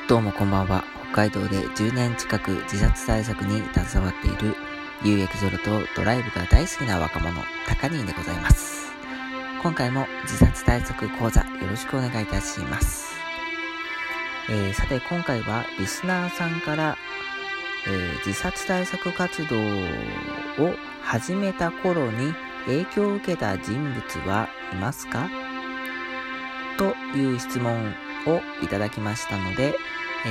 どうもこんばんは。北海道で10年近く自殺対策に携わっている有益ゾロとドライブが大好きな若者タカニーでございます。今回も自殺対策講座よろしくお願いいたします。さて今回はリスナーさんから、自殺対策活動を始めた頃に影響を受けた人物はいますかという質問をいただきましたので、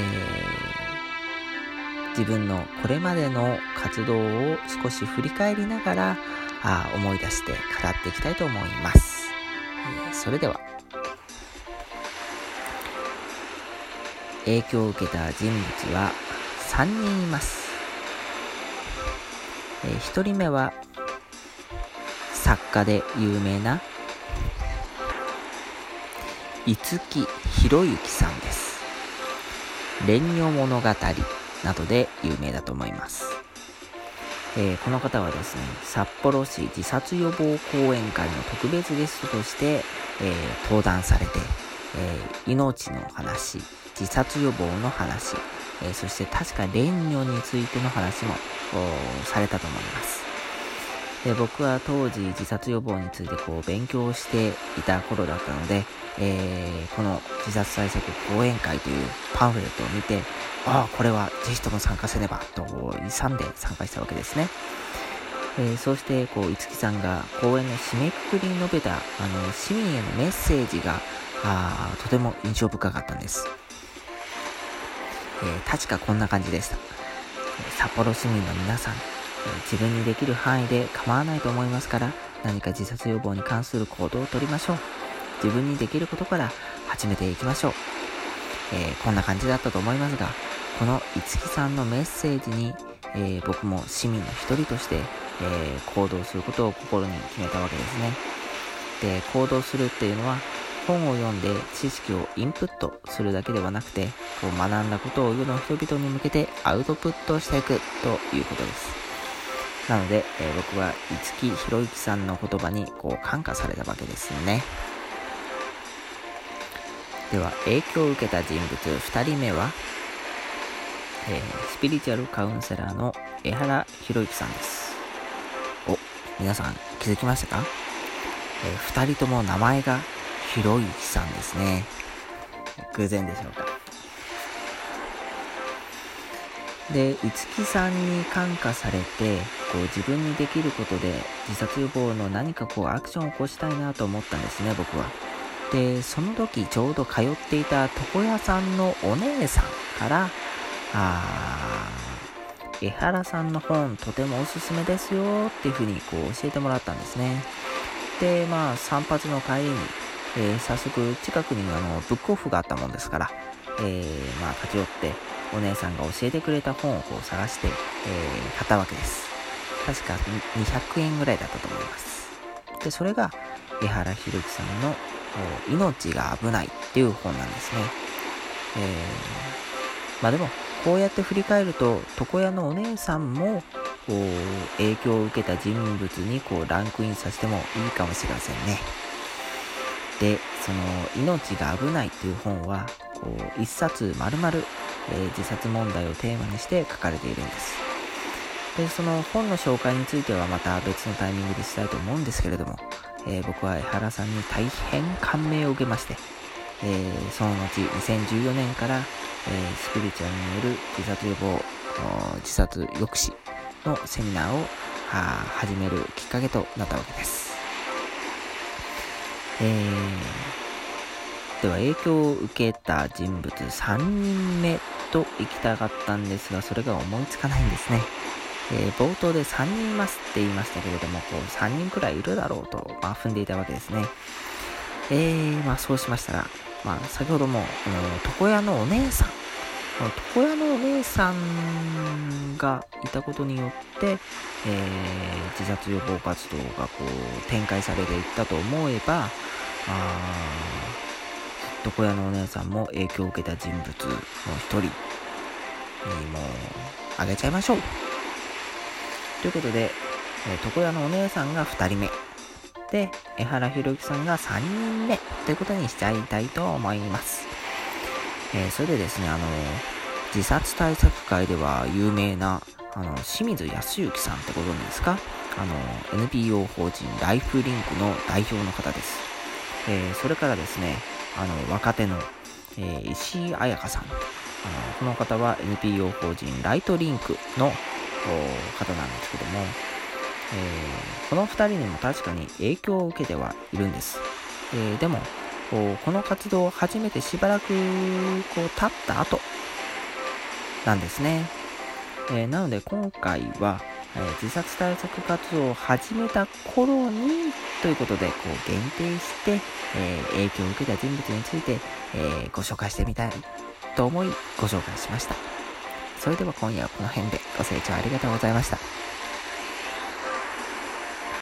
自分のこれまでの活動を少し振り返りながら思い出して語っていきたいと思います。それでは影響を受けた人物は3人います。1人目は作家で有名な五木ひろゆきさんです。蓮如物語などで有名だと思います。この方はですね、札幌市自殺予防講演会の特別ゲストとして、登壇されて、命の話、自殺予防の話、そして確か蓮如についての話もされたと思います。で、僕は当時自殺予防について勉強していた頃だったので、この自殺対策講演会というパンフレットを見て、これはぜひとも参加せねばと勇んで参加したわけですね。そして五木さんが講演の締めくくりに述べた市民へのメッセージがとても印象深かったんです。確かこんな感じでした。札幌市民の皆さん、自分にできる範囲で構わないと思いますから、何か自殺予防に関する行動をとりましょう。自分にできることから始めていきましょう。こんな感じだったと思いますが、この五木さんのメッセージに、僕も市民の一人として、行動することを心に決めたわけですね。で、行動するっていうのは本を読んで知識をインプットするだけではなくて、学んだことを世の人々に向けてアウトプットしていくということです。なので、僕は五木ひろゆきさんの言葉に感化されたわけですね。では影響を受けた人物2人目は、スピリチュアルカウンセラーの江原ひろゆきさんです。皆さん気づきましたか？2人とも名前がひろゆきさんですね。偶然でしょうか。で、五木さんに感化されて自分にできることで自殺予防の何かアクションを起こしたいなと思ったんですね、僕は。で、その時ちょうど通っていた床屋さんのお姉さんから江原さんの本とてもおすすめですよっていう風に教えてもらったんですね。で、散髪の帰りに、早速近くにブックオフがあったもんですから、立ち寄ってお姉さんが教えてくれた本を探して、買ったわけです。確か200円ぐらいだったと思います。で、それが江原ひろゆきさんの命が危ないっていう本なんですね。でもこうやって振り返ると床屋のお姉さんも影響を受けた人物にランクインさせてもいいかもしれませんね。で、その命が危ないっていう本は一冊丸々、自殺問題をテーマにして書かれているんです。で、その本の紹介についてはまた別のタイミングでしたいと思うんですけれども、僕は江原さんに大変感銘を受けまして、その後2014年から、スピリチュアルによる自殺予防、自殺抑止のセミナーを始めるきっかけとなったわけです。では影響を受けた人物3人目と行きたかったんですが、それが思いつかないんですね。冒頭で3人いますって言いましたけれども、3人くらいいるだろうと、踏んでいたわけですね。そうしましたら、先ほども床屋のお姉さん、床屋のお姉さんがいたことによって、自殺予防活動が展開されていったと思えば、床屋のお姉さんも影響を受けた人物の一人にもあげちゃいましょうということで、床屋のお姉さんが2人目で、江原ひろゆきさんが3人目ということにしちゃいたいと思います。 それでですね、自殺対策会では有名な、清水康之さんってご存知ですか？NPO 法人ライフリンクの代表の方です。それからですね、若手の、石井彩香さん。この方は NPO 法人ライトリンクの方なんですけども、この2人にも確かに影響を受けてはいるんです。でもこの活動を始めてしばらく経った後なんですね。なので今回は、自殺対策活動を始めた頃にということで限定して、影響を受けた人物について、ご紹介してみたいと思いご紹介しました。それでは今夜はこの辺でご清聴ありがとうございました。